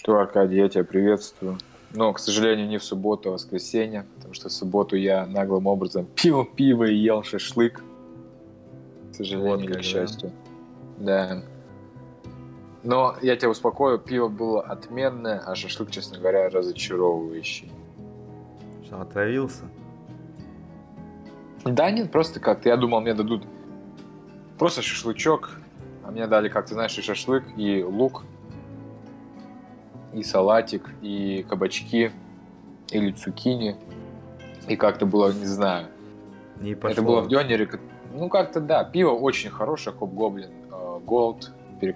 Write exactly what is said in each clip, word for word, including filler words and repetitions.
Что, Аркадий, я тебя приветствую. Но, к сожалению, не в субботу, а в воскресенье, потому что в субботу я наглым образом пил пиво и ел шашлык. К Вот сожалению или как, к да? счастью. Да. Но я тебя успокою, пиво было отменное, а шашлык, честно говоря, разочаровывающий. Что, отравился? Да нет, просто как-то. Я думал, мне дадут просто шашлычок, а мне дали, как ты знаешь, и шашлык, и лук, и салатик, и кабачки, или цукини. И как-то было, не знаю. Не пошло. Это было в вообще. дёнере. Ну, как-то, да. Пиво очень хорошее, Хобгоблин Голд,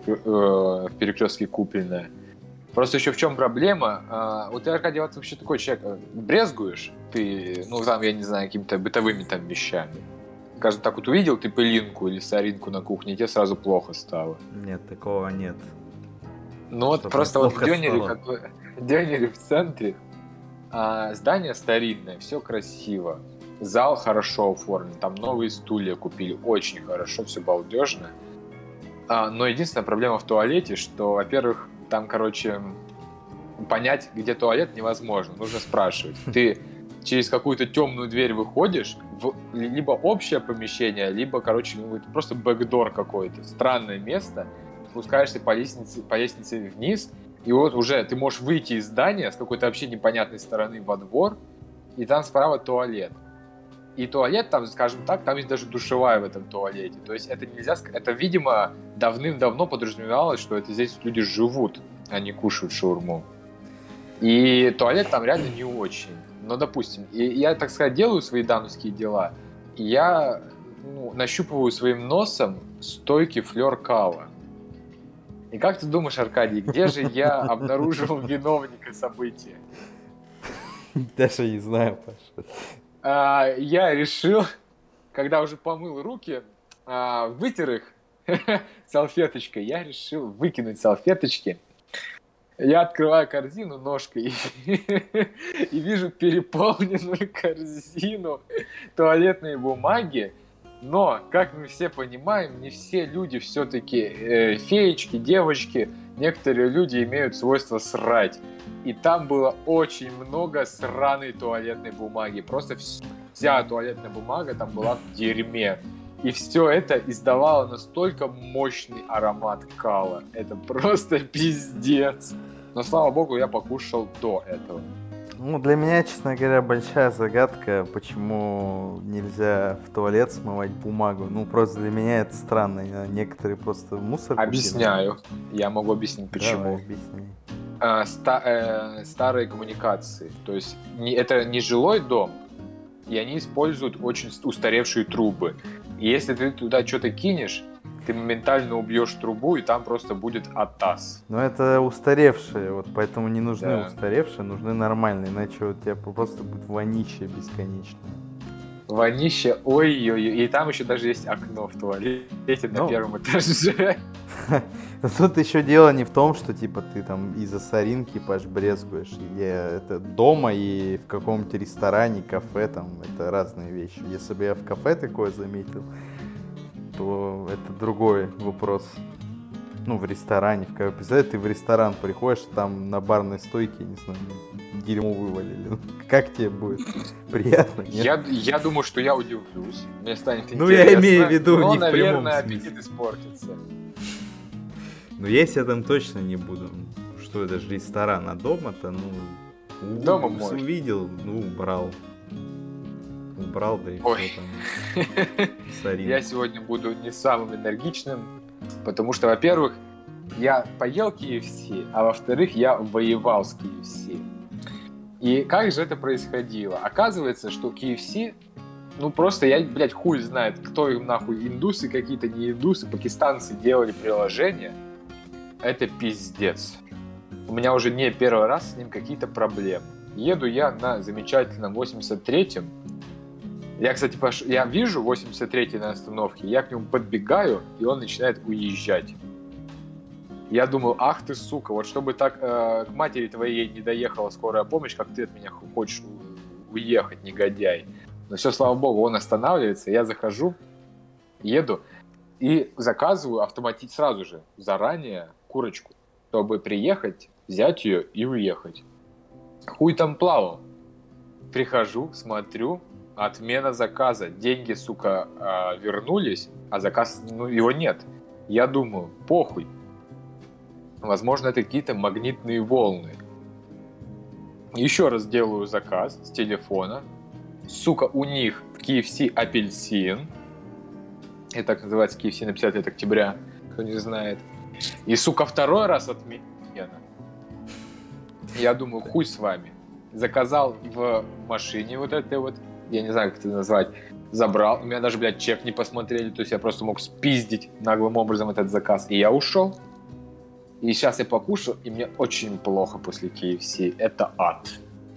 в Перекрестке купленное. Просто еще в чем проблема? А, вот ты, Аркадий, вот вообще такой человек, а, брезгуешь ты, ну, там, я не знаю, какими-то бытовыми там вещами. Скажем так, вот увидел ты пылинку или соринку на кухне, и тебе сразу плохо стало. Нет, такого нет. Ну, вот Чтоб просто мне вот в плохо Дёнере, стало. как бы, в Дёнере в центре, а, здание старинное, все красиво. Зал хорошо оформлен, там новые стулья купили, очень хорошо, все балдежно. А, но единственная проблема в туалете, что, во-первых, там, короче, понять, где туалет, невозможно. Нужно спрашивать. Ты через какую-то темную дверь выходишь в либо общее помещение, либо, короче, ну, это просто бэкдор какой-то. Странное место. Спускаешься по лестнице, по лестнице вниз, и вот уже ты можешь выйти из здания с какой-то вообще непонятной стороны во двор, и там справа туалет. И туалет там, скажем так, там есть даже душевая в этом туалете. То есть это нельзя сказать, это, видимо, давным-давно подразумевалось, что это здесь люди живут, а не кушают шаурму. И туалет там реально не очень. Но, допустим, и я, так сказать, делаю свои дановские дела, и я ну, нащупываю своим носом стойкий флёр кала. И как ты думаешь, Аркадий, где же я обнаружил виновника события? Даже не знаю, Паша. А, я решил, когда уже помыл руки, а, вытер их салфеточкой, я решил выкинуть салфеточки. Я открываю корзину ножкой и, и вижу переполненную корзину туалетной бумаги. Но, как мы все понимаем, не все люди все-таки э, феечки, девочки. Некоторые люди имеют свойство срать. И там было очень много сраной туалетной бумаги. Просто вся туалетная бумага там была в дерьме. И все это издавало настолько мощный аромат кала. Это просто пиздец. Но, слава богу, я покушал до этого. Ну, для меня, честно говоря, большая загадка, почему нельзя в туалет смывать бумагу. Ну, просто для меня это странно. Некоторые просто мусор купили. Объясняю. Я могу объяснить, почему. Давай, объясни. А, ста- э, старые коммуникации. То есть не, это не жилой дом, и они используют очень устаревшие трубы. И если ты туда что-то кинешь, ты моментально убьешь трубу, и там просто будет атас. Но это устаревшие, вот поэтому не нужны Да. устаревшие, нужны нормальные, иначе у тебя просто будет вонище бесконечное. Вонище, ой-ой-ой. И там еще даже есть окно в туалете на Ну. первом этаже. Тут еще дело не в том, что типа ты там из-за соринки, Паш, брезгуешь. Или это дома и в каком-то ресторане, кафе, там, это разные вещи. Если бы я в кафе такое заметил, то это другой вопрос. Ну, в ресторане, в кафе. Представляешь, ты в ресторан приходишь, там на барной стойке, не знаю, дерьмо вывалили. Как тебе будет? Приятно, нет? Я, я думаю, что я удивлюсь. Мне станет интересно. Ну, я имею в виду но, не в прямом наверное, смысле. аппетит испортится. Ну, есть я там точно не буду. Что это же ресторан, а дома-то, ну... у- Дома у- можно. Увидел, ну, убрал. Убрал, да и Ой. все там. Сорин. Я сегодня буду не самым энергичным, потому что, во-первых, я поел кей эф си, а во-вторых, я воевал с кей эф си. И как же это происходило? Оказывается, что кей эф си, ну просто я, блядь, хуй знает, кто им нахуй, индусы какие-то, не индусы, пакистанцы делали приложение. Это пиздец. У меня уже не первый раз с ним какие-то проблемы. Еду я на замечательном восемьдесят третьем. Я, кстати, пош... я вижу восемьдесят третий на остановке, я к нему подбегаю, и он начинает уезжать. Я думал, ах ты, сука, вот чтобы так э, к матери твоей не доехала скорая помощь, как ты от меня хочешь у- уехать, негодяй. Но все, слава богу, он останавливается, я захожу, еду и заказываю автоматически сразу же, заранее, курочку, чтобы приехать взять ее и уехать. Хуй там плавал. Прихожу, смотрю, отмена заказа. Деньги, сука, вернулись, а заказ, ну, его нет. Я думаю, похуй. Возможно, это какие-то магнитные волны. Еще раз делаю заказ с телефона. Сука, у них в кей эф си апельсин. Это так называется кей эф си на пятьдесят лет октября, кто не знает. И, сука, второй раз отмена. Я думаю, хуй с вами. Заказал в машине вот этой вот, я не знаю, как это назвать, забрал. У меня даже, блядь, чек не посмотрели, то есть я просто мог спиздить наглым образом этот заказ. И я ушел. И сейчас я покушал, и мне очень плохо после кей эф си. Это ад.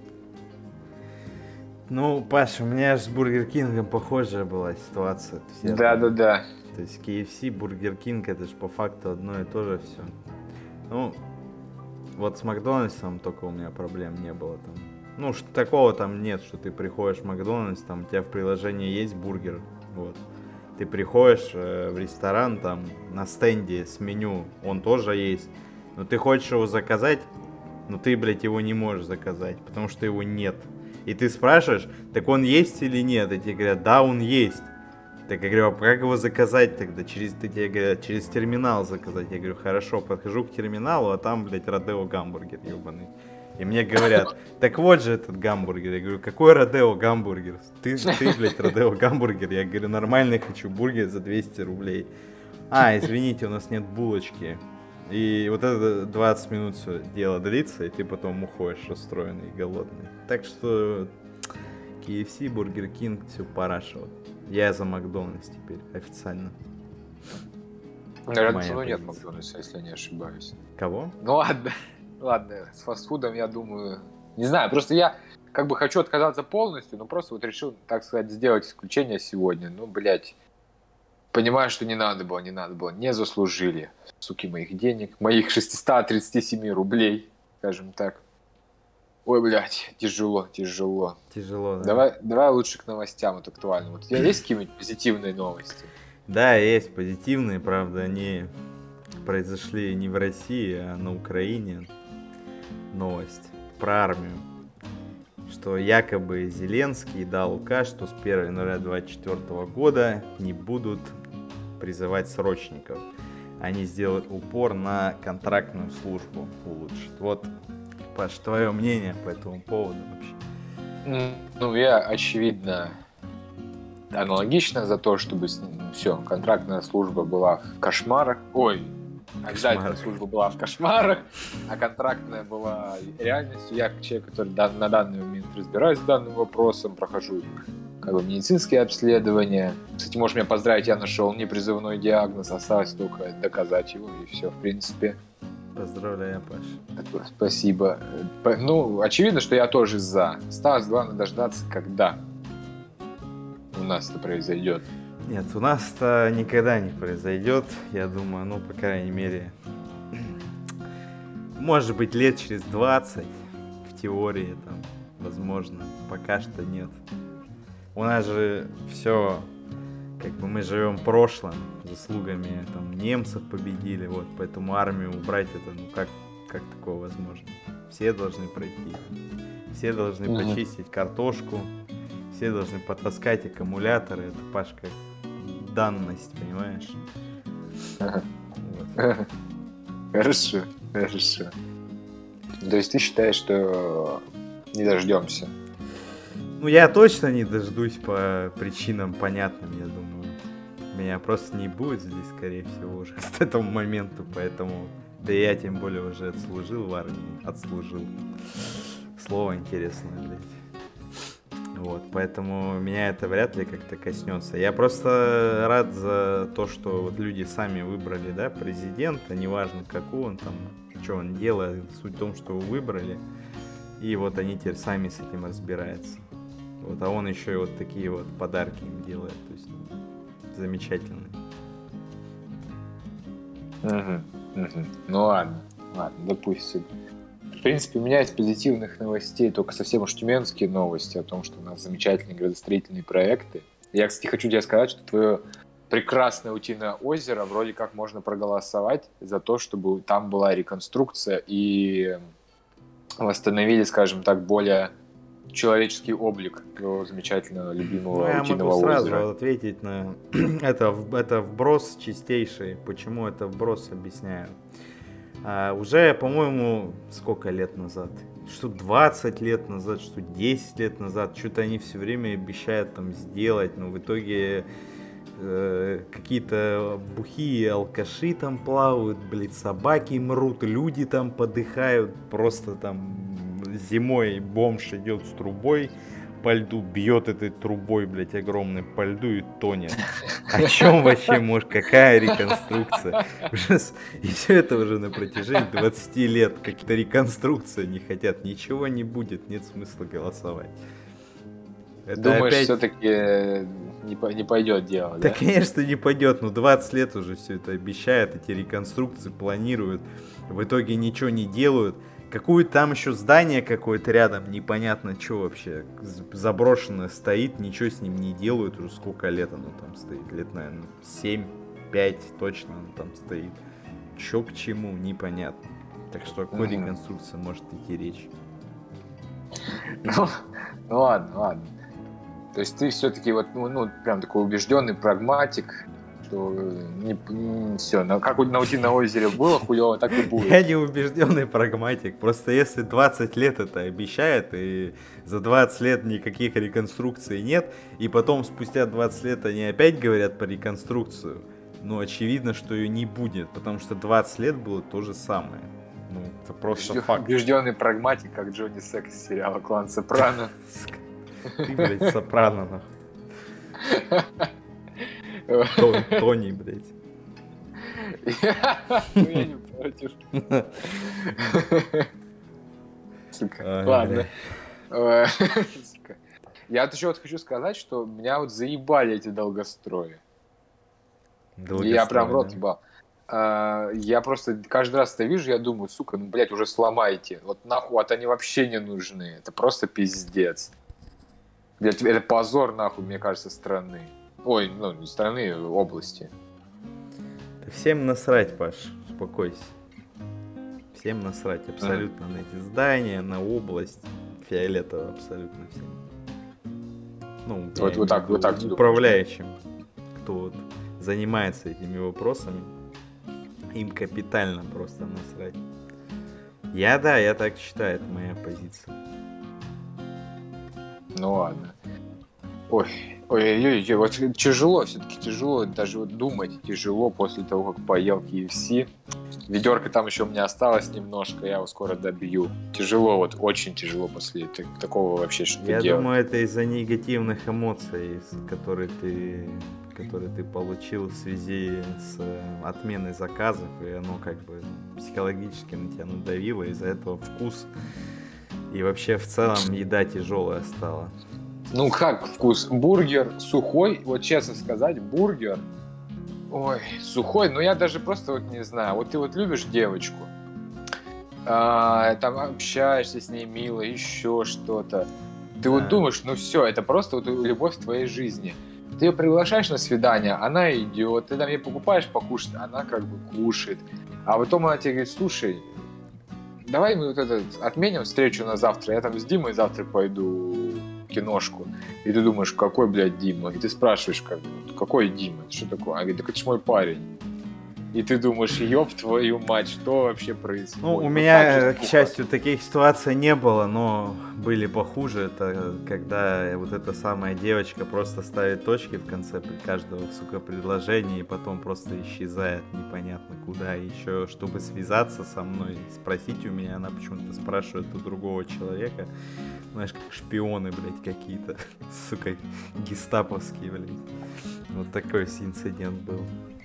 Ну, Паша, у меня же с Бургер Кингом похожая была ситуация. Да-да-да. То есть кей эф си, Бургер Кинг, это же по факту одно и то же все. Ну, вот с Макдональдсом только у меня проблем не было там. Ну, что такого там нет, что ты приходишь в Макдональдс, там у тебя в приложении есть бургер, вот. Ты приходишь э, в ресторан, там на стенде с меню, он тоже есть, но ты хочешь его заказать, но ты, блядь, его не можешь заказать, потому что его нет. И ты спрашиваешь, так он есть или нет? И тебе говорят, да, он есть. Так я говорю, а как его заказать тогда? Через, ты тебе говорят, через терминал заказать. Я говорю, хорошо, подхожу к терминалу, а там, блядь, Родео гамбургер ебаный. И мне говорят, так вот же этот гамбургер. Я говорю, какой Родео гамбургер? Ты, ты, блядь, Родео гамбургер. Я говорю, нормальный хочу бургер за двести рублей. А, извините, у нас нет булочки. И вот это двадцать минут все дело длится, и ты потом уходишь расстроенный и голодный. Так что кей эф си, Бургер Кинг, все парашево. Я за Макдональдс теперь официально. Наверное, ну, нет Макдональдса, если я не ошибаюсь. Кого? Ну ладно, ладно, с фастфудом, я думаю... Не знаю, просто я как бы хочу отказаться полностью, но просто вот решил, так сказать, сделать исключение сегодня. Ну, блядь, понимаю, что не надо было, не надо было, не заслужили, суки, моих денег, моих шестьсот тридцать семь рублей, скажем так. Ой, блядь, тяжело, тяжело. Тяжело, да. Давай, давай лучше к новостям вот актуальным. Вот у тебя есть какие-нибудь позитивные новости? Да, есть позитивные, правда, они произошли не в России, а на Украине. Новость про армию. Что якобы Зеленский дал указ, что с первого января две тысячи двадцать четвёртого года не будут призывать срочников. Они сделают упор на контрактную службу, улучшат. Вот, Паш, твое мнение по этому поводу вообще? Ну, я, очевидно, аналогично за то, чтобы все, контрактная служба была в кошмарах. Ой, обязательно служба была в кошмарах, а контрактная была реальностью. Я, как человек, который на данный момент разбираюсь с данным вопросом, прохожу как бы медицинские обследования. Кстати, можешь меня поздравить, я нашел непризывной диагноз, осталось только доказать его, и все, в принципе. Поздравляю, Паша. Спасибо. Ну, очевидно, что я тоже за. Осталось, главное, дождаться, когда у нас это произойдет. Нет, у нас это никогда не произойдет, я думаю, ну, по крайней мере, может быть, лет через двадцать, в теории, там, возможно, пока что нет. У нас же все, как бы мы живем прошлым, заслугами там немцев победили, вот, поэтому армию убрать это, ну, как, как такое возможно? Все должны пройти, все должны mm-hmm. почистить картошку, все должны потаскать аккумуляторы, это, Пашка, данность, понимаешь? Вот. Хорошо, хорошо. То есть ты считаешь, что не дождемся? Ну, я точно не дождусь по причинам понятным, я думаю. Меня просто не будет здесь, скорее всего, уже к этому моменту, поэтому... Да я тем более уже отслужил в армии, отслужил. Слово интересное, блядь. Вот, поэтому меня это вряд ли как-то коснется. Я просто рад за то, что вот люди сами выбрали, да, президента, неважно какого он там, что он делает, суть в том, что его выбрали, и вот они теперь сами с этим разбираются. Вот, а он еще и вот такие вот подарки им делает, то есть замечательно. Угу, угу. Ну ладно, ладно, допустим. В принципе, у меня из позитивных новостей только совсем уж тюменские новости о том, что у нас замечательные градостроительные проекты. Я, кстати, хочу тебе сказать, что твое прекрасное утиное озеро, вроде как можно проголосовать за то, чтобы там была реконструкция и восстановили, скажем так, более человеческий облик его замечательного любимого Ну, я утиного могу сразу озера. ответить на это, это вброс чистейший. Почему это вброс, объясняю. А, уже, по-моему, сколько лет назад? Что двадцать лет назад, что десять лет назад. Что-то они все время обещают там сделать, но в итоге э, какие-то бухие алкаши там плавают, блядь, собаки мрут, люди там подыхают. Просто там зимой бомж идет с трубой по льду, бьет этой трубой, блядь, огромной по льду и тонет. О чем вообще может, какая реконструкция? И все это уже на протяжении двадцати лет. Какие-то реконструкции не хотят, ничего не будет, нет смысла голосовать. Это Думаешь, опять... все-таки не, по- не пойдет дело, да? Да, да? конечно, не пойдет, но двадцать лет уже все это обещают, эти реконструкции планируют, в итоге ничего не делают. Какое там еще здание какое-то рядом, непонятно что вообще, заброшенное стоит, ничего с ним не делают, уже сколько лет оно там стоит, лет, наверное, семь пять точно оно там стоит. Че к чему, непонятно. Так что о какой mm-hmm. реконструкции может идти речь? Ну, ну ладно, ладно. То есть ты все-таки вот, ну, ну прям такой убежденный прагматик, что не, не, все, на, как на утином озере было хуёво, так и будет. Я не убежденный прагматик, просто если двадцать лет это обещают, и за двадцать лет никаких реконструкций нет, и потом спустя двадцать лет они опять говорят про реконструкцию, ну очевидно, что ее не будет, потому что двадцать лет было то же самое. Ну, это просто Убежден, факт. Убежденный прагматик, как Джонни Сек из сериала «Клан Сопрано». Ты, блядь, Сопрано, нахуй. Тони, блядь. Я не против. Сука, ладно. Я еще вот хочу сказать, что меня вот заебали эти долгострои. Я прям в рот ебал. Я просто каждый раз это вижу, я думаю, сука, ну, блядь, уже сломайте. Вот нахуй, вот они вообще не нужны. Это просто пиздец. Блядь, это позор, нахуй, мне кажется, страны. Ой, ну, не страны, области. Да всем насрать, Паш, успокойся. Всем насрать абсолютно mm. на эти здания, на область. Фиолетово абсолютно всем. Ну, вот, вот так, вот так управляющим, кто вот занимается этими вопросами, им капитально просто насрать. Я, да, я так считаю, это моя позиция. Ну ладно. Ой, ой-ой-ой, вот тяжело, все-таки тяжело, даже вот думать тяжело после того, как поел кей эф си. Ведерко там еще у меня осталось немножко, я его скоро добью. Тяжело, вот очень тяжело после такого вообще что-то я делать. Я думаю, это из-за негативных эмоций, которые ты, которые ты получил в связи с отменой заказов, и оно как бы психологически на тебя надавило, из-за этого вкус и вообще в целом еда тяжелая стала. Ну как вкус? Бургер сухой, вот честно сказать, бургер, ой, сухой, но я даже просто вот не знаю, вот ты вот любишь девочку, а, там общаешься с ней мило, еще что-то, ты да. вот думаешь, ну все, это просто вот любовь в твоей жизни. Ты ее приглашаешь на свидание, она идет, ты там ей покупаешь покушать, она как бы кушает, а потом она тебе говорит, слушай, давай мы вот это отменим встречу на завтра, я там с Димой завтра пойду киношку. И ты думаешь, какой, блядь, Дима? И ты спрашиваешь, как, какой Дима? Это что такое? Она говорит, так это ж мой парень. И ты думаешь, ёб твою мать, что вообще происходит? Ну, у меня, к счастью, таких ситуаций не было, но были похуже. Это когда вот эта самая девочка просто ставит точки в конце каждого, сука, предложения и потом просто исчезает непонятно куда. И еще, чтобы связаться со мной, спросить у меня, она почему-то спрашивает у другого человека. Знаешь, как шпионы, блядь, какие-то, сука, гестаповские, блядь. Вот такой инцидент был.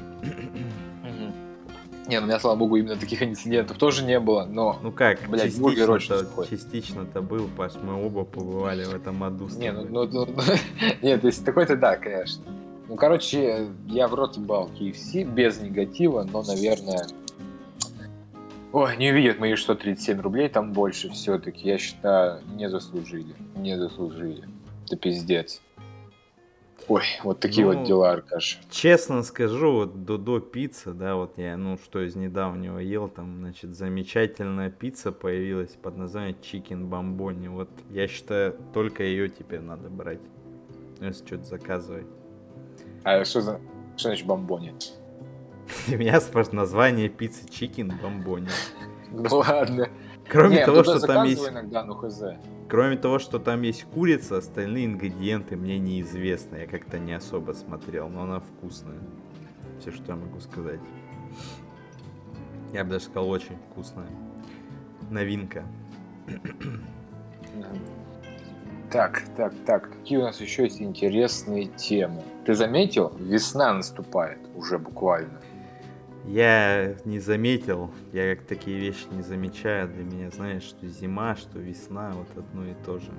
Не, ну у меня, слава богу, именно таких инцидентов тоже не было, но... Ну как, блядь, бургер очень сухой. Частично-то был, Паш, мы оба побывали в этом аду. Не, ну, ну, ну, нет, если такой-то да, конечно. Ну, короче, я в рот ебал кей эф си без негатива, но, наверное... Ой, не увидят мои сто тридцать семь рублей, там больше все-таки, я считаю, не заслужили, не заслужили. Это пиздец. Ой, вот такие Ну, вот дела, Аркаш. честно скажу, вот Додо пицца, да, вот я, ну, что из недавнего ел, там, значит, замечательная пицца появилась под названием Chicken Bomboni. Вот я считаю, только ее теперь надо брать, ну, если что-то заказывать. А что за... Что значит бомбони? Ты меня спрашиваешь название пиццы Chicken Bomboni. Ну ладно. Кроме Не, того, туда что там есть... заказываю иногда, ну хз. Кроме того, что там есть курица, остальные ингредиенты мне неизвестны. Я как-то не особо смотрел, но она вкусная. Все, что я могу сказать. Я бы даже сказал, очень вкусная. Новинка. Так, так, так. Какие у нас еще есть интересные темы? Ты заметил? Весна наступает уже буквально. Я не заметил, я как такие вещи не замечаю. Для меня, знаешь, что зима, что весна, вот одно и то же.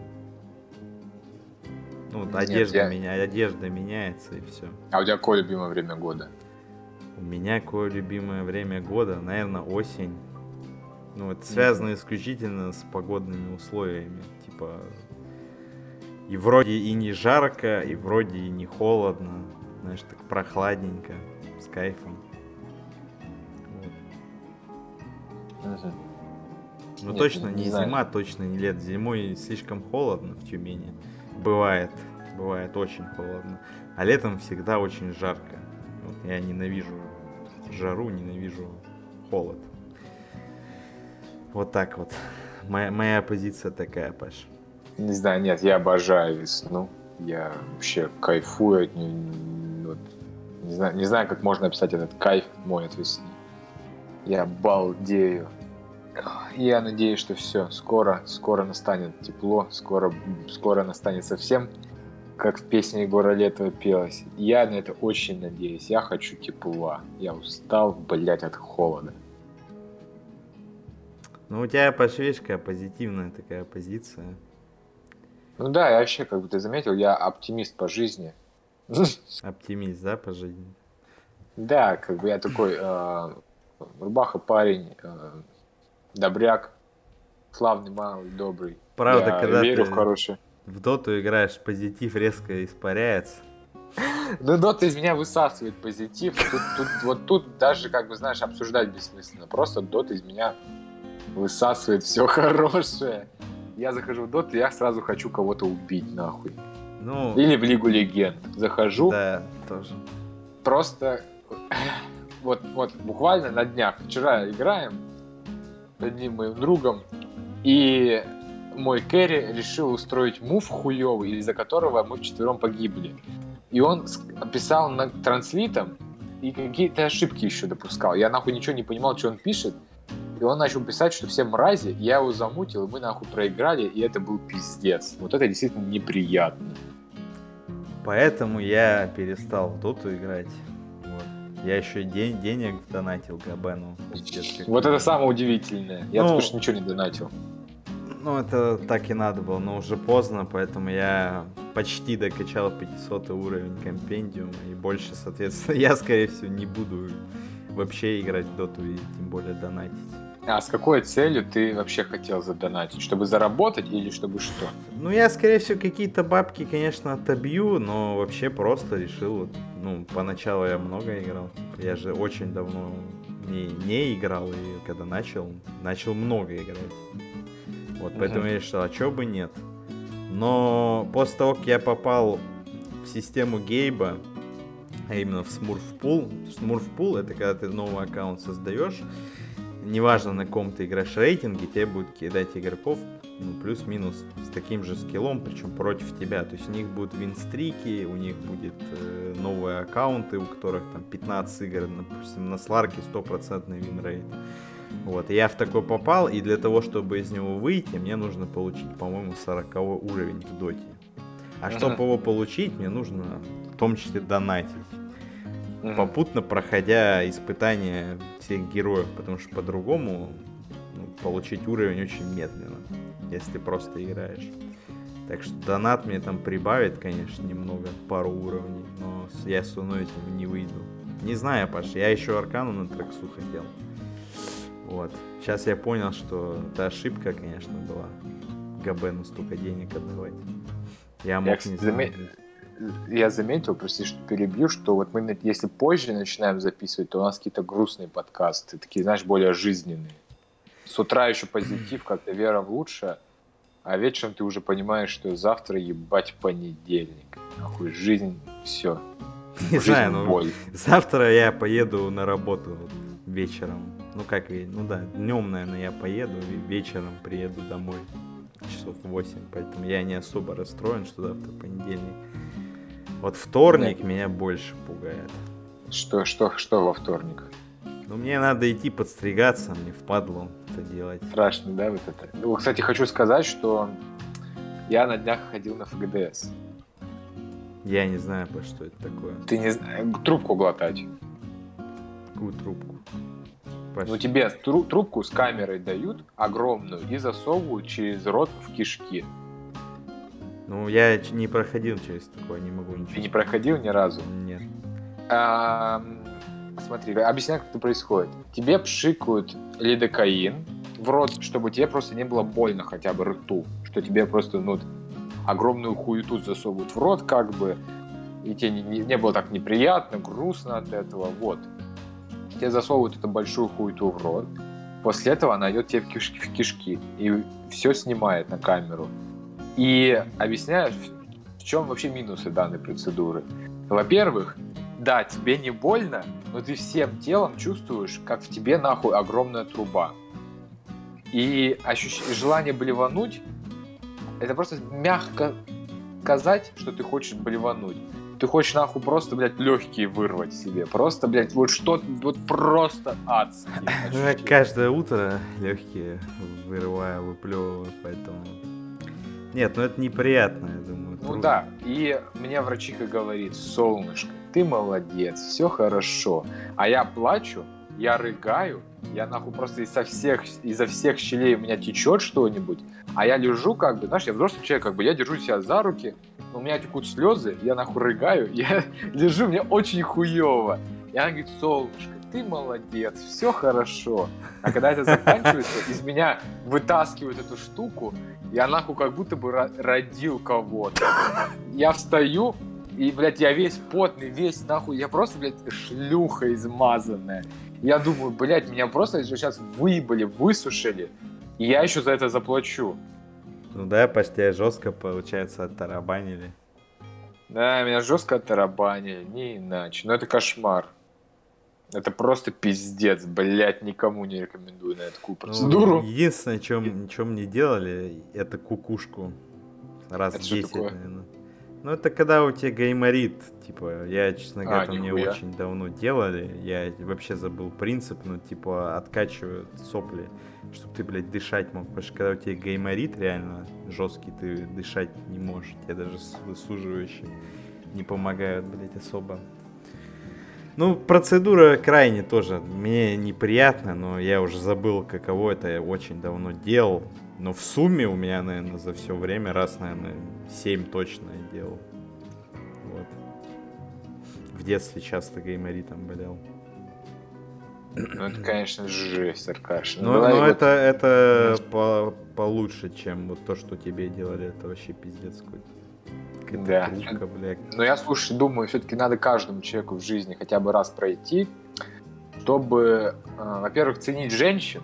Ну, вот Нет, одежда, я- меня, одежда меняется и все. А у тебя какое любимое время года? У меня какое любимое время года? Наверное, осень. Ну, это связано исключительно с погодными условиями. Типа, и вроде и не жарко, и вроде и не холодно. Знаешь, так прохладненько, с кайфом. Вот. Мгм. Ну, Нет, точно не не знаю. зима, точно не лето. Зимой слишком холодно в Тюмени. Бывает, бывает очень холодно. А летом всегда очень жарко. Вот я ненавижу жару, ненавижу холод. Вот так вот. Моя, моя позиция такая, Паш. Не знаю, нет, я обожаю весну. Я вообще кайфую от нее. Вот, не знаю, не знаю, как можно описать этот кайф мой от весны. Я балдею. Я надеюсь, что все, скоро, скоро настанет тепло, скоро, скоро настанет совсем, как в песне Егора Летова пелось. Я на это очень надеюсь. Я хочу тепла. Я устал, блядь, от холода. Ну, у тебя, Паш, видишь, какая позитивная такая позиция. Ну да, я вообще, как бы ты заметил, я оптимист по жизни. Оптимист, да, по жизни? Да, как бы я такой э, рубаха парень, э, добряк, славный, малый, добрый. Правда, я когда верю ты в хорошее. в доту играешь, позитив резко испаряется. Ну, Дота из меня высасывает позитив. Тут, тут, вот тут даже, как бы, знаешь, обсуждать бессмысленно. Просто Дота из меня высасывает все хорошее. Я захожу в Доту, я сразу хочу кого-то убить, нахуй. Ну, Или в Лигу Легенд. Захожу, да, тоже. просто вот, вот буквально на днях. Вчера играем с одним моим другом, и мой Кэрри решил устроить мув хуёвый, из-за которого мы вчетвером погибли. И он ск- писал на транслитом и какие-то ошибки еще допускал. Я нахуй ничего не понимал, что он пишет. И он начал писать, что все мрази, я его замутил, и мы нахуй проиграли, и это был пиздец. Вот это действительно неприятно. Поэтому я перестал в доту играть. Вот. Я еще день, денег донатил Габену. Пиздец, как Вот это много. самое удивительное. Я Ну, только что ничего не донатил. Ну, это так и надо было, но уже поздно, поэтому я почти докачал пятисотый уровень компендиума, и больше, соответственно, я, скорее всего, не буду вообще играть в доту и тем более донатить. А с какой целью ты вообще хотел задонатить? Чтобы заработать или чтобы что? Ну, я, скорее всего, какие-то бабки, конечно, отобью, но вообще просто решил, вот, ну, поначалу я много играл, я же очень давно не, не играл, и когда начал, начал много играть. Вот, поэтому Мгм. я решил, а чё бы нет. Но после того, как я попал в систему Гейба, а именно в Смурфпул, Смурфпул — это когда ты новый аккаунт создаешь, неважно на ком ты играешь рейтинге, тебе будут кидать игроков, ну, плюс-минус с таким же скиллом, причем против тебя. То есть у них будут винстрики, у них будет э, новые аккаунты, у которых там пятнадцать игр, допустим, на Сларке стопроцентный винрейт. Вот, и я в такой попал, и для того, чтобы из него выйти, мне нужно получить, по-моему, сороковой уровень в доте. А Мгм. чтобы его получить, мне нужно в том числе донатить, Мгм. попутно проходя испытания всех героев, потому что по-другому, ну, получить уровень очень медленно, если просто играешь. Так что донат мне там прибавит, конечно, немного, пару уровней, но с- я с одной этим не выйду. Не знаю, Паш, я еще Аркану на Трексу хотел. Вот. Сейчас я понял, что это ошибка, конечно, была. Габену столько денег отдавать. Я мог кстати, не знаю. заме- я заметил, прости, что перебью, что вот мы, если позже начинаем записывать, то у нас какие-то грустные подкасты, такие, знаешь, более жизненные. С утра еще позитив, как-то вера в лучшее, а вечером ты уже понимаешь, что завтра ебать понедельник. Нахуй, жизнь, все. Не знаю, ну завтра я поеду на работу вечером. Ну как, ну да, днем, наверное, я поеду, и вечером приеду домой. Часов восемь, поэтому я не особо расстроен, что завтра понедельник. Вот вторник да. меня больше пугает. Что, что, что во вторник? Ну, мне надо идти подстригаться, мне впадло это делать. Страшно, да, вот это? Ну, кстати, хочу сказать, что я на днях ходил на эф гэ дэ эс. Я не знаю, что это такое. Ты не знаешь, трубку глотать. Какую трубку? Пошли. Ну, тебе тру- трубку с камерой дают огромную и засовывают через рот в кишки. Ну, я не проходил через такое, не могу ничего. Ты не проходил ни разу? Нет. А, смотри, объясняю, как это происходит. Тебе пшикают лидокаин в рот, чтобы тебе просто не было больно хотя бы рту. Что тебе просто, ну, огромную хуету засовывают в рот, как бы, и тебе не, не, не было так неприятно, грустно от этого, вот. Тебе засовывают эту большую хуету в рот, после этого она идет тебе в кишки, в кишки и все снимает на камеру. И объясняешь, в чем вообще минусы данной процедуры. Во-первых, да, тебе не больно, но ты всем телом чувствуешь, как в тебе нахуй огромная труба. И ощущ... желание блевануть, это просто мягко сказать, что ты хочешь блевануть. Ты хочешь нахуй просто, блядь, легкие вырвать себе. Просто, блядь, вот что-то, вот просто адски. Я каждое утро легкие вырываю, выплевываю, поэтому... Нет, ну это неприятно, я думаю. Ну да, и мне врачиха говорит: солнышко, ты молодец, все хорошо. А я плачу, я рыгаю, я нахуй просто изо всех, изо всех щелей у меня течет что-нибудь, а я лежу как бы, знаешь, я взрослый человек, как бы, я держу себя за руки, у меня текут слезы, я нахуй рыгаю, я лежу, мне очень хуево. И она говорит: солнышко, ты молодец, все хорошо. А когда это заканчивается, из меня вытаскивают эту штуку, я нахуй как будто бы родил кого-то. Я встаю, и, блядь, я весь потный, весь нахуй, я просто, блядь, шлюха измазанная. Я думаю, блядь, меня просто сейчас выебали, высушили, и я еще за это заплачу. Ну да, почти жестко, получается, оттарабанили. Да, меня жестко оттарабанили, не иначе. Но это кошмар. Это просто пиздец, блядь, никому не рекомендую на такую процедуру. Ну, единственное, чем, чем не делали, это кукушку. Раз в десять, наверное. Ну, это когда у тебя гайморит, типа, я, честно говоря, а, мне очень давно делали, я вообще забыл принцип, ну, типа, откачивают сопли, чтобы ты, блядь, дышать мог, потому что когда у тебя гайморит реально жесткий, ты дышать не можешь, тебе даже суживающие не помогают, блядь, особо. Ну, процедура крайне тоже, мне неприятно, но я уже забыл, каково это, я очень давно делал. Но в сумме у меня, наверное, за все время раз, наверное, семь точно я делал. Вот. В детстве часто гайморитом болел. Ну, это, конечно, жесть, Аркаш. Ну, но вот... это, это по, получше, чем вот то, что тебе делали. Это вообще пиздец какой-то. Да. Трубка, но я, слушай, думаю, все-таки надо каждому человеку в жизни хотя бы раз пройти, чтобы, э, во-первых, ценить женщин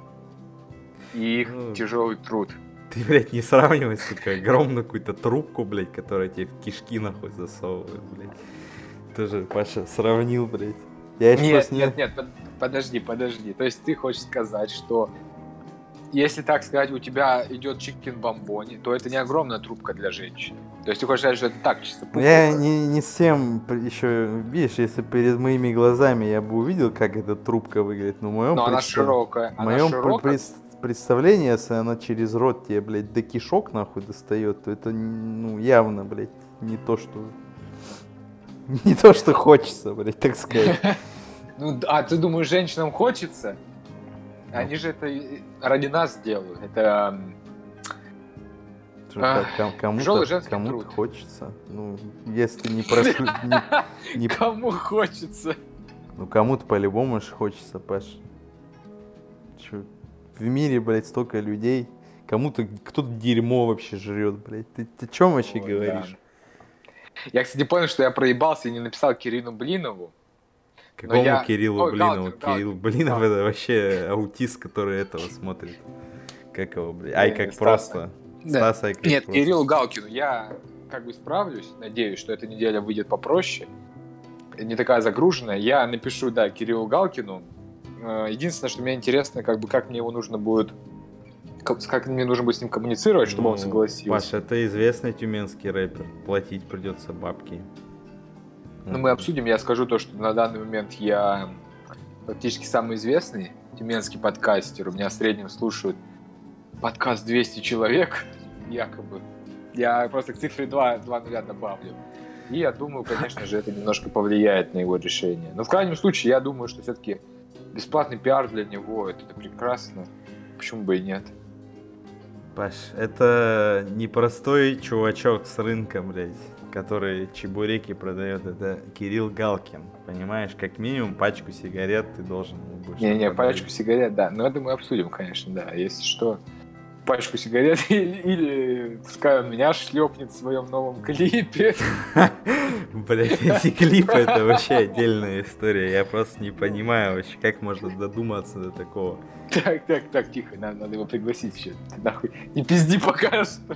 и их ну, тяжелый труд. Ты, блядь, не сравнивай, сука, огромную какую-то трубку, блядь, которая тебе в кишки нахуй засовывает, блядь. Тоже, Паша, сравнил, блядь. Я нет, нет, не... нет, подожди, подожди. То есть ты хочешь сказать, что если, так сказать, у тебя идет чикен-бомбони, то это не огромная трубка для женщины. То есть ты хочешь сказать, что это так, чисто пухло? Я не, не всем еще, видишь, если перед моими глазами я бы увидел, как эта трубка выглядит, но в моем, но представ... она широкая. в моем широкая. При... представлении, если она через рот тебе, блядь, до кишок нахуй достает, то это, ну, явно, блядь, не то, что... Не то, что хочется, блядь, так сказать. Ну, а ты думаешь, женщинам хочется? Они же это ради нас делают. Это а, кому-то, кому-то хочется. Ну, если не прошли... Не, не... Кому хочется? Ну, кому-то по-любому же хочется, Паш. Чё? В мире, блядь, столько людей. Кому-то, кто-то дерьмо вообще жрет, блядь. Ты о чем вообще Ой, говоришь? Я, кстати, понял, что я проебался и не написал Кириллу Блинову. Какому я... Кириллу Ой, Блинову? Галкин, Кирилл Галкин, Блинов Галкин. это вообще аутист, который этого смотрит. Как его, блядь? Ай, как Стас. просто. Да. Стас, ай, как Нет, просто. Кириллу Галкину я как бы справлюсь. Надеюсь, что эта неделя выйдет попроще. Не такая загруженная. Я напишу, да, Кириллу Галкину. Единственное, что мне интересно, как бы, как мне его нужно будет... Как, как мне нужно будет с ним коммуницировать, чтобы Ну, он согласился. Паша, это известный тюменский рэпер. Платить придется бабки. Ну, мы обсудим. Я скажу то, что на данный момент я фактически самый известный тюменский подкастер. У меня в среднем слушают подкаст двести человек, якобы. Я просто к цифре два, два нуля добавлю. И я думаю, конечно же, это немножко повлияет на его решение. Но в крайнем случае, я думаю, что все-таки бесплатный пиар для него — это прекрасно. Почему бы и нет? Паш, это непростой чувачок с рынка, блядь, который чебуреки продает. Это Кирилл Галкин, понимаешь? Как минимум пачку сигарет ты должен ему будешь. Не-не, пачку сигарет, да. Но это мы обсудим, конечно, да. Если что, пачку сигарет или, или пускай он меня шлепнет в своем новом клипе. Блядь, эти клипы — это вообще отдельная история. Я просто не понимаю вообще, как можно додуматься до такого. Так, так, так, тихо, надо, надо его пригласить еще. Ты нахуй не пизди пока что.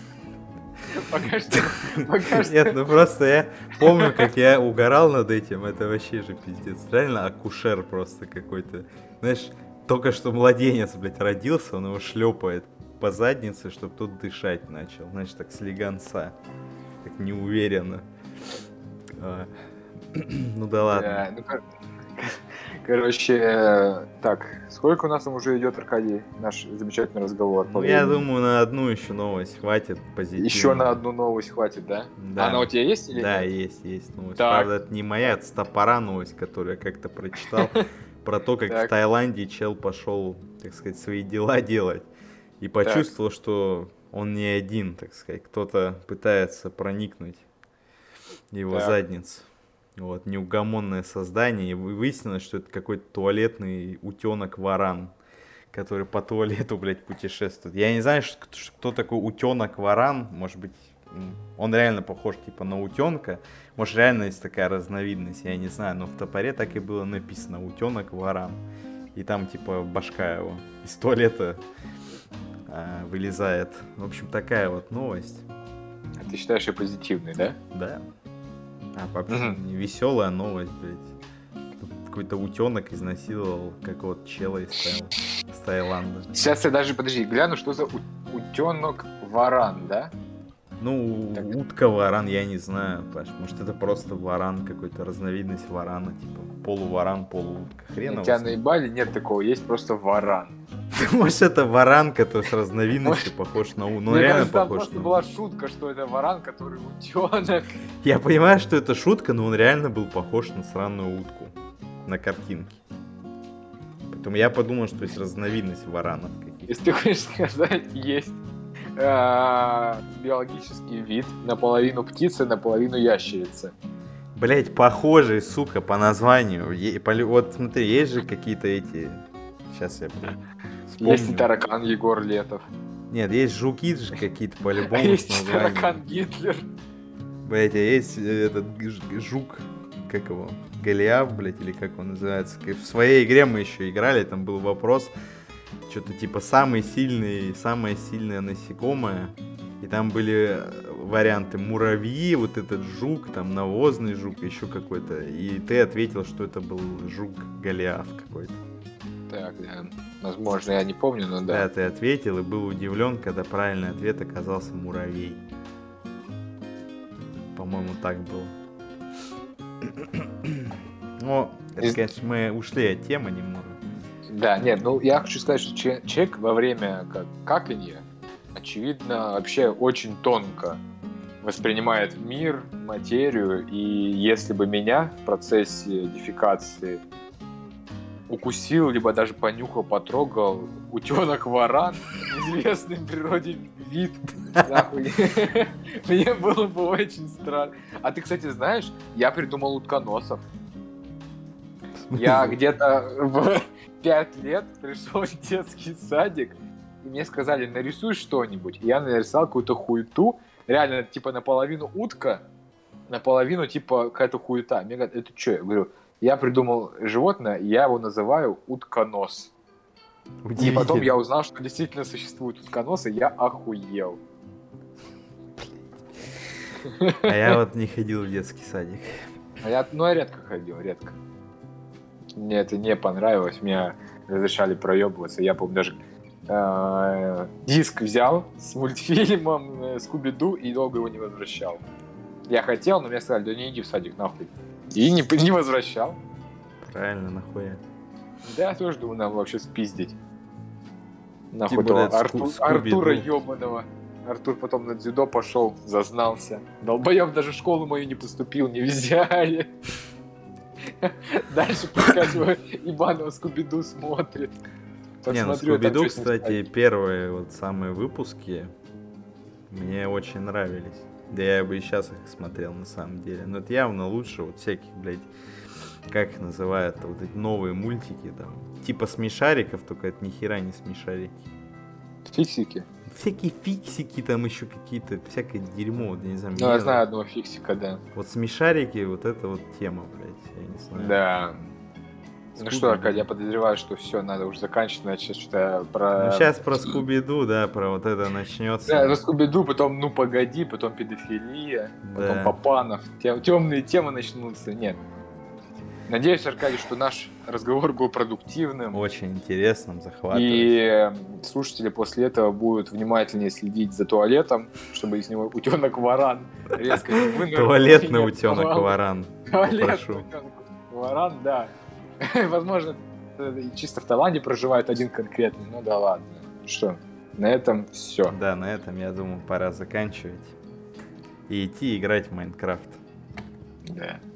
Пока что, пока что. Нет, ну просто я помню, как я угорал над этим. Это вообще же пиздец. Реально акушер просто какой-то. Знаешь, только что младенец, блядь, родился, он его шлепает по заднице, чтобы тот дышать начал. Знаешь, так слегонца. Так неуверенно. А, ну да ладно. Да, ну, кор- короче, э, так, сколько у нас там уже идет, Аркадий, наш замечательный разговор? по Ну, я времени? думаю, на одну еще новость хватит позитивно. Еще на одну новость хватит, да? Да. Она у тебя есть или Да, нет? есть, есть новость. Так. Правда, это не моя, это с топора новость, которую я как-то прочитал. Про то, как в Так. Таиланде чел пошел, так сказать, свои дела делать. И почувствовал, что он не один, так сказать. Кто-то пытается проникнуть в его Так. задницу. Вот, неугомонное создание. И выяснилось, что это какой-то туалетный утенок-варан, который по туалету, блядь, путешествует. Я не знаю, что- кто такой утенок-варан. Может быть, м, он реально похож типа на утенка. Может, реально есть такая разновидность, я не знаю. Но в топоре так и было написано: утенок-варан. И там типа башка его из туалета а, вылезает. В общем, такая вот новость. А ты считаешь ее позитивной, да? Да. А вообще Мгм. не веселая новость, блядь. Тут какой-то утенок изнасиловал какого-то чела из, Таил- из Таиланда. Сейчас я даже, подожди, гляну, что за утенок-варан, да? Ну, Так. утка, варан, я не знаю, Паш. Может, это просто варан, какой-то разновидность варана, типа полуваран, полуутка. Хрен его Тебя знает. наебали? Нет такого, есть просто варан. Может, это варан, который с разновидностью похож на у. Ну, Мне реально кажется, там похож просто на была у. шутка, что это варан, который утенок. Я понимаю, что это шутка, но он реально был похож на сраную утку на картинке. Поэтому я подумал, что есть разновидность варанов каких-то. Если ты хочешь сказать, есть э, биологический вид, наполовину птицы, наполовину ящерица. Блять, похожий, сука, по названию. Е- по лю- Вот смотри, есть же какие-то эти... Сейчас я блин, вспомню. Есть и таракан Егор Летов. Нет, есть жуки же какие-то А по-любому с есть и названием. таракан Гитлер. Блять, а есть э, этот ж- жук, как его, Голиаф, блять, или как он называется. К- В своей игре мы еще играли, там был вопрос, что-то типа самый сильный, самое сильное насекомое. И там были варианты: муравьи, вот этот жук, там навозный жук, еще какой-то. И ты ответил, что это был жук Голиаф какой-то. Так, да. Возможно, я не помню, но Да, да. ты ответил и был удивлен, когда правильный ответ оказался муравей. По-моему, так было. Ну, это, Из- конечно, мы ушли от темы немного. Да, нет, ну я хочу сказать, что че- человек во время как, каканья, очевидно, вообще очень тонко воспринимает мир, материю, и если бы меня в процессе дефекации укусил, либо даже понюхал, потрогал утенок-варан, известный в природе вид, нахуй, мне было бы очень странно. А ты, кстати, знаешь, я придумал утконосов. Я где-то в пять лет пришел в детский садик, и мне сказали: нарисуй что-нибудь. И я нарисовал какую-то хуету, реально, типа наполовину утка, наполовину, типа, какая-то хуета. Мне говорят, это что? Я говорю, я придумал животное, я его называю утконос. И потом я узнал, что действительно существует утконос, и я охуел. А я вот не ходил в детский садик. А я, ну, я редко ходил, редко. Мне это не понравилось, меня разрешали проебываться. Я, помню, даже э, диск взял с мультфильмом э, Скуби-Ду и долго его не возвращал. Я хотел, но мне сказали, да не иди в садик, нахуй. И не, не возвращал. Правильно, нахуя. Да, я тоже думаю, нам вообще спиздить. Нахуй более, этого Арту... Артура ебаного. Артур потом на дзюдо пошел, зазнался. Долбоёб даже в школу мою не поступил, не взяли. Дальше пускай его ебаного Скуби-Ду смотрит. Не, ну Скуби-Ду, кстати, первые вот самые выпуски мне очень нравились. Да я бы и сейчас их смотрел на самом деле. Но это явно лучше вот всяких, блядь, как их называют, вот эти новые мультики там. Типа смешариков, только это ни хера не смешарики. Фиксики? Всякие фиксики, там еще какие-то, всякое дерьмо, вот, я не знаю. Ну, я знаю одного фиксика, да. Вот смешарики, вот это вот тема, блядь, я не знаю. Да. Ну что, Аркадий, я подозреваю, что все, надо уже заканчивать, значит, что-то про... Ну, сейчас про Скуби-Ду, да, про вот это начнется. Да, про Скуби-Ду, потом «Ну, погоди», потом педофилия, да. Потом Папанов, Тем, темные темы начнутся, нет. Надеюсь, Аркадий, что наш разговор был продуктивным. Очень интересным, захватывающим. И слушатели после этого будут внимательнее следить за туалетом, чтобы из него утенок-варан резко не вынырнул. Туалетный утенок-варан. Туалетный утенок-варан, да. Возможно, чисто в Таиланде проживает один конкретный, ну да ладно. Что, на этом все. Да, на этом, я думаю, пора заканчивать и идти играть в Майнкрафт. Да.